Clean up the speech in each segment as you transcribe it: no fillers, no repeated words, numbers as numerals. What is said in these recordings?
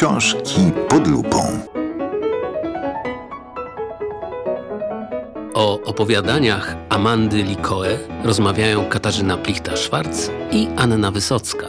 Książki pod lupą. O opowiadaniach Amandy Likoe rozmawiają Katarzyna Plichta-Szwarc i Anna Wysocka.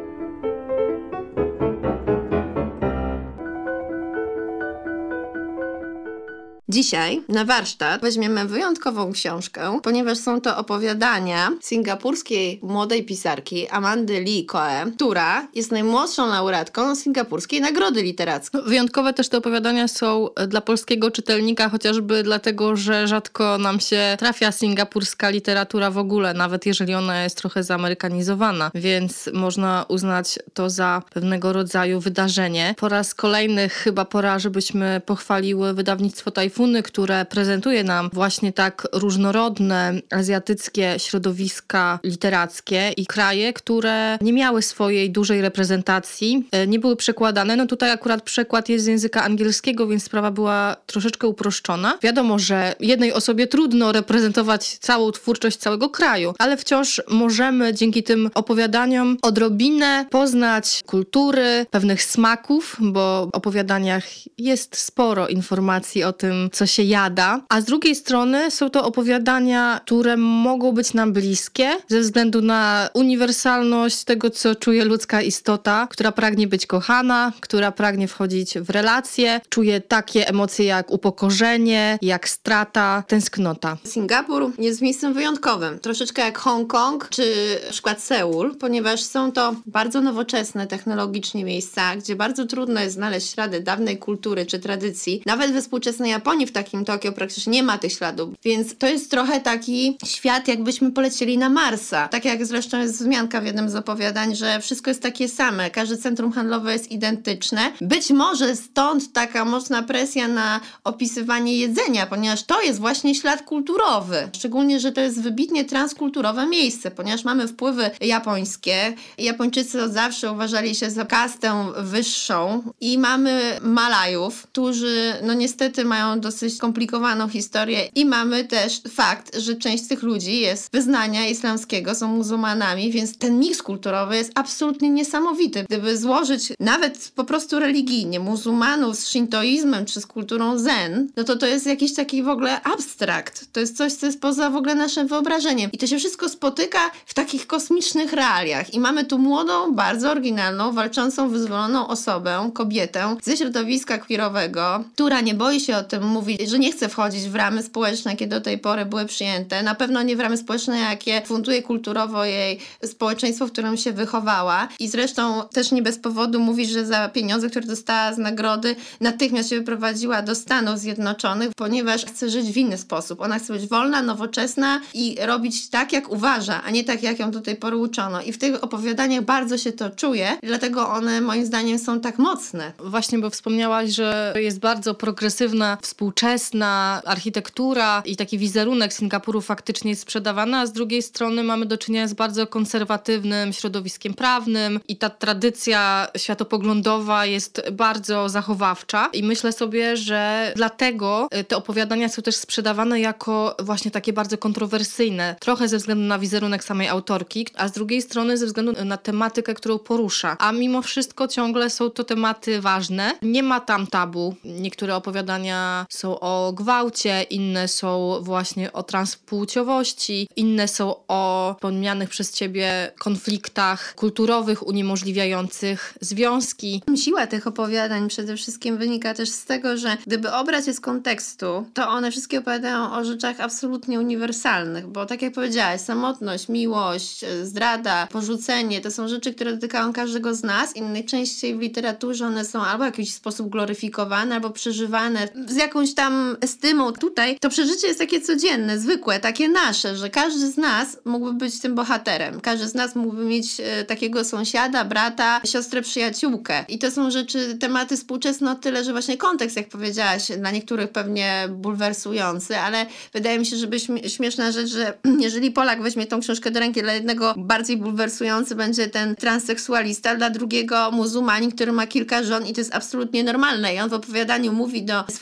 Dzisiaj na warsztat weźmiemy wyjątkową książkę, ponieważ są to opowiadania singapurskiej młodej pisarki Amandy Likoe, która jest najmłodszą laureatką singapurskiej nagrody literackiej. Wyjątkowe też te opowiadania są dla polskiego czytelnika, chociażby dlatego, że rzadko nam się trafia singapurska literatura w ogóle, nawet jeżeli ona jest trochę zaamerykanizowana, więc można uznać to za pewnego rodzaju wydarzenie. Po raz kolejny chyba pora, żebyśmy pochwaliły wydawnictwo Tajfuny, które prezentuje nam właśnie tak różnorodne azjatyckie środowiska literackie i kraje, które nie miały swojej dużej reprezentacji, nie były przekładane. No tutaj akurat przekład jest z języka angielskiego, więc sprawa była troszeczkę uproszczona. Wiadomo, że jednej osobie trudno reprezentować całą twórczość całego kraju, ale wciąż możemy dzięki tym opowiadaniom odrobinę poznać kultury, pewnych smaków, bo w opowiadaniach jest sporo informacji o tym, co się jada, a z drugiej strony są to opowiadania, które mogą być nam bliskie ze względu na uniwersalność tego, co czuje ludzka istota, która pragnie być kochana, która pragnie wchodzić w relacje, czuje takie emocje jak upokorzenie, jak strata, tęsknota. Singapur jest miejscem wyjątkowym, troszeczkę jak Hongkong czy na przykład Seul, ponieważ są to bardzo nowoczesne technologicznie miejsca, gdzie bardzo trudno jest znaleźć ślady dawnej kultury czy tradycji. Nawet we współczesnej Japonii w takim Tokio praktycznie nie ma tych śladów, więc to jest trochę taki świat, jakbyśmy polecieli na Marsa. Tak jak zresztą jest wzmianka w jednym z opowiadań, że wszystko jest takie same, każde centrum handlowe jest identyczne. Być może stąd taka mocna presja na opisywanie jedzenia, ponieważ to jest właśnie ślad kulturowy. Szczególnie, że to jest wybitnie transkulturowe miejsce, ponieważ mamy wpływy japońskie. Japończycy od zawsze uważali się za kastę wyższą i mamy Malajów, którzy no niestety mają dosyć skomplikowaną historię i mamy też fakt, że część z tych ludzi jest wyznania islamskiego, są muzułmanami, więc ten miks kulturowy jest absolutnie niesamowity. Gdyby złożyć nawet po prostu religijnie muzułmanów z szintoizmem czy z kulturą zen, no to jest jakiś taki w ogóle abstrakt. To jest coś, co jest poza w ogóle naszym wyobrażeniem. I to się wszystko spotyka w takich kosmicznych realiach. I mamy tu młodą, bardzo oryginalną, walczącą, wyzwoloną osobę, kobietę ze środowiska queerowego, która nie boi się o tym mówić, że nie chce wchodzić w ramy społeczne, jakie do tej pory były przyjęte. Na pewno nie w ramy społeczne, jakie funduje kulturowo jej społeczeństwo, w którym się wychowała. I zresztą też nie bez powodu mówi, że za pieniądze, które dostała z nagrody, natychmiast się wyprowadziła do Stanów Zjednoczonych, ponieważ chce żyć w inny sposób. Ona chce być wolna, nowoczesna i robić tak, jak uważa, a nie tak, jak ją do tej pory uczono. I w tych opowiadaniach bardzo się to czuje, dlatego one moim zdaniem są tak mocne. Właśnie, bo wspomniałaś, że jest bardzo progresywna, współczesna architektura i taki wizerunek Singapuru faktycznie jest sprzedawany, a z drugiej strony mamy do czynienia z bardzo konserwatywnym środowiskiem prawnym i ta tradycja światopoglądowa jest bardzo zachowawcza i myślę sobie, że dlatego te opowiadania są też sprzedawane jako właśnie takie bardzo kontrowersyjne, trochę ze względu na wizerunek samej autorki, a z drugiej strony ze względu na tematykę, którą porusza. A mimo wszystko ciągle są to tematy ważne. Nie ma tam tabu. Niektóre opowiadania są o gwałcie, inne są właśnie o transpłciowości, inne są o wspomnianych przez ciebie konfliktach kulturowych uniemożliwiających związki. Siła tych opowiadań przede wszystkim wynika też z tego, że gdyby obrać je z kontekstu, to one wszystkie opowiadają o rzeczach absolutnie uniwersalnych, bo tak jak powiedziałaś, samotność, miłość, zdrada, porzucenie, to są rzeczy, które dotykają każdego z nas i najczęściej w literaturze one są albo w jakiś sposób gloryfikowane, albo przeżywane z jakąś tam estymą. Tutaj to przeżycie jest takie codzienne, zwykłe, takie nasze, że każdy z nas mógłby być tym bohaterem. Każdy z nas mógłby mieć takiego sąsiada, brata, siostrę, przyjaciółkę. I to są rzeczy, tematy współczesne o tyle, że właśnie kontekst, jak powiedziałaś, dla niektórych pewnie bulwersujący, ale wydaje mi się, że śmieszna rzecz, że jeżeli Polak weźmie tą książkę do ręki, dla jednego bardziej bulwersujący będzie ten transseksualista, dla drugiego muzułmanin, który ma kilka żon i to jest absolutnie normalne. I on w opowiadaniu mówi do swojej wybranej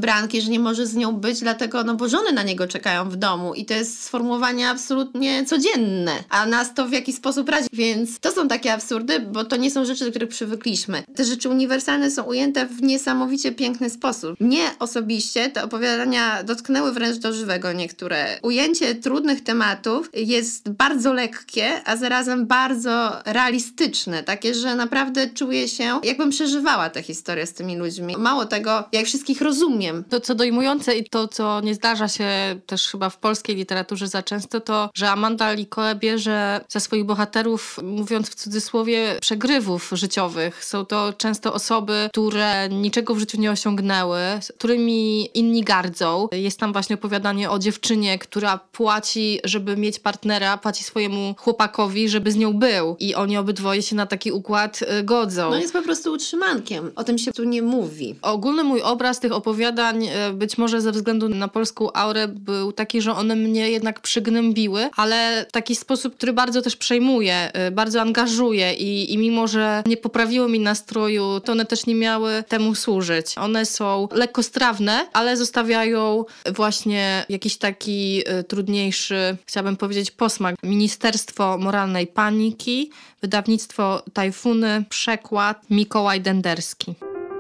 wybranki, że nie może z nią być, dlatego, bo żony na niego czekają w domu i to jest sformułowanie absolutnie codzienne, a nas to w jakiś sposób radzi, więc to są takie absurdy, bo to nie są rzeczy, do których przywykliśmy. Te rzeczy uniwersalne są ujęte w niesamowicie piękny sposób. Mnie osobiście te opowiadania dotknęły wręcz do żywego niektóre. Ujęcie trudnych tematów jest bardzo lekkie, a zarazem bardzo realistyczne, takie, że naprawdę czuję się, jakbym przeżywała tę historię z tymi ludźmi. Mało tego, ja ich wszystkich rozumiem. To, co dojmujące i to, co nie zdarza się też chyba w polskiej literaturze za często, to, że Amanda Lickoe bierze za swoich bohaterów, mówiąc w cudzysłowie, przegrywów życiowych. Są to często osoby, które niczego w życiu nie osiągnęły, którymi inni gardzą. Jest tam właśnie opowiadanie o dziewczynie, która płaci, żeby mieć partnera, płaci swojemu chłopakowi, żeby z nią był. I oni obydwoje się na taki układ godzą. No jest po prostu utrzymankiem. O tym się tu nie mówi. Ogólny mój obraz tych opowiadań, być może ze względu na polską aurę, był taki, że one mnie jednak przygnębiły, ale w taki sposób, który bardzo też przejmuje, bardzo angażuje i mimo, że nie poprawiły mi nastroju, to one też nie miały temu służyć. One są lekkostrawne, ale zostawiają właśnie jakiś taki trudniejszy, chciałabym powiedzieć, posmak. Ministerstwo Moralnej Paniki, wydawnictwo Tajfuny, przekład Mikołaj Denderski.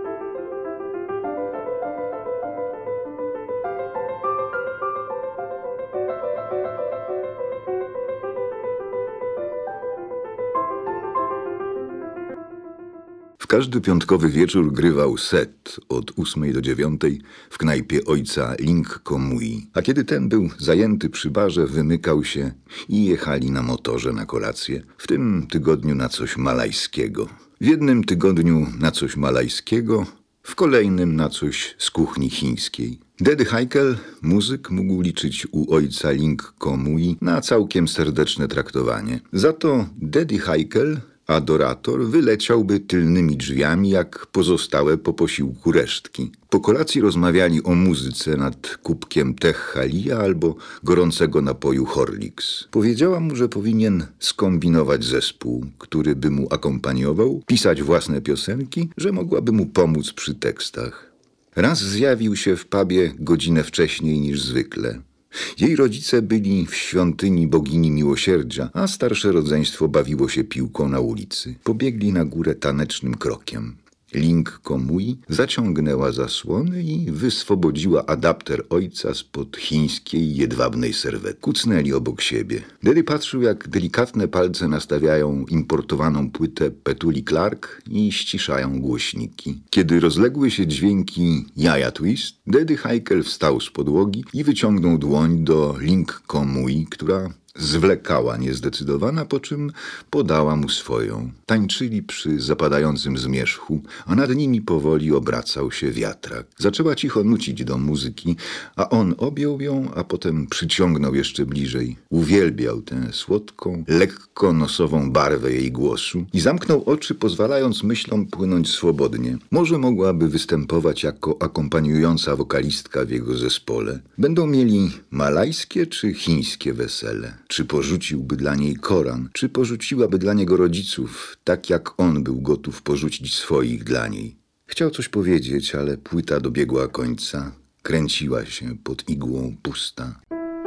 W każdy piątkowy wieczór grywał Set od 8 do 9 w knajpie ojca Ling Komui. A kiedy ten był zajęty przy barze, wymykał się i jechali na motorze na kolację. W tym tygodniu na coś malajskiego. W jednym tygodniu na coś malajskiego, w kolejnym na coś z kuchni chińskiej. Daddy Heikel, muzyk, mógł liczyć u ojca Ling Komui na całkiem serdeczne traktowanie. Za to Daddy Heikel, adorator, wyleciałby tylnymi drzwiami jak pozostałe po posiłku resztki. Po kolacji rozmawiali o muzyce nad kubkiem Tech Halia albo gorącego napoju Horlicks. Powiedziała mu, że powinien skombinować zespół, który by mu akompaniował, pisać własne piosenki, że mogłaby mu pomóc przy tekstach. Raz zjawił się w pubie godzinę wcześniej niż zwykle. Jej rodzice byli w świątyni bogini miłosierdzia, a starsze rodzeństwo bawiło się piłką na ulicy. Pobiegli na górę tanecznym krokiem. Ling Komui zaciągnęła zasłony i wyswobodziła adapter ojca spod chińskiej jedwabnej serwety. Kucnęli obok siebie. Daddy patrzył, jak delikatne palce nastawiają importowaną płytę Petuli Clark i ściszają głośniki. Kiedy rozległy się dźwięki jaja twist, Daddy Heikel wstał z podłogi i wyciągnął dłoń do Ling Komui, która zwlekała niezdecydowana, po czym podała mu swoją. Tańczyli przy zapadającym zmierzchu, a nad nimi powoli obracał się wiatrak. Zaczęła cicho nucić do muzyki, a on objął ją, a potem przyciągnął jeszcze bliżej. Uwielbiał tę słodką, lekko nosową barwę jej głosu i zamknął oczy, pozwalając myślom płynąć swobodnie. Może mogłaby występować jako akompaniująca wokalistka w jego zespole. Będą mieli malajskie czy chińskie wesele. Czy porzuciłby dla niej Koran, czy porzuciłaby dla niego rodziców, tak jak on był gotów porzucić swoich dla niej. Chciał coś powiedzieć, ale płyta dobiegła końca. Kręciła się pod igłą pusta.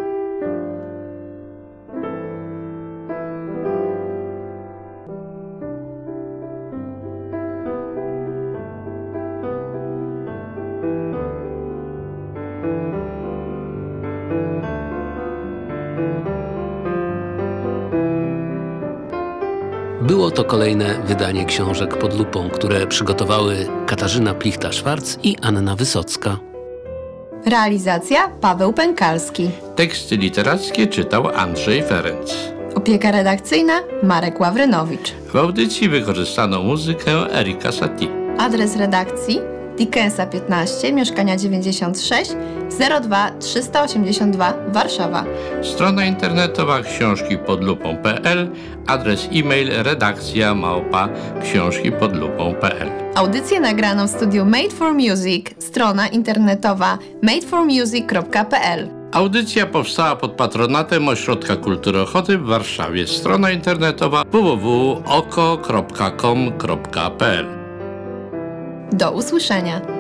Było to kolejne wydanie książek pod lupą, które przygotowały Katarzyna Plichta-Szwarc i Anna Wysocka. Realizacja Paweł Pękalski. Teksty literackie czytał Andrzej Ferenc. Opieka redakcyjna Marek Ławrynowicz. W audycji wykorzystano muzykę Erika Satie. Adres redakcji Dickensa 15, mieszkania 96, 02 382 Warszawa. Strona internetowa książkipodlupą.pl, adres e-mail redakcja@książkipodlupą.pl. Audycję nagrano w studiu Made for Music, strona internetowa madeformusic.pl. Audycja powstała pod patronatem Ośrodka Kultury Ochoty w Warszawie. Strona internetowa www.oko.com.pl. Do usłyszenia.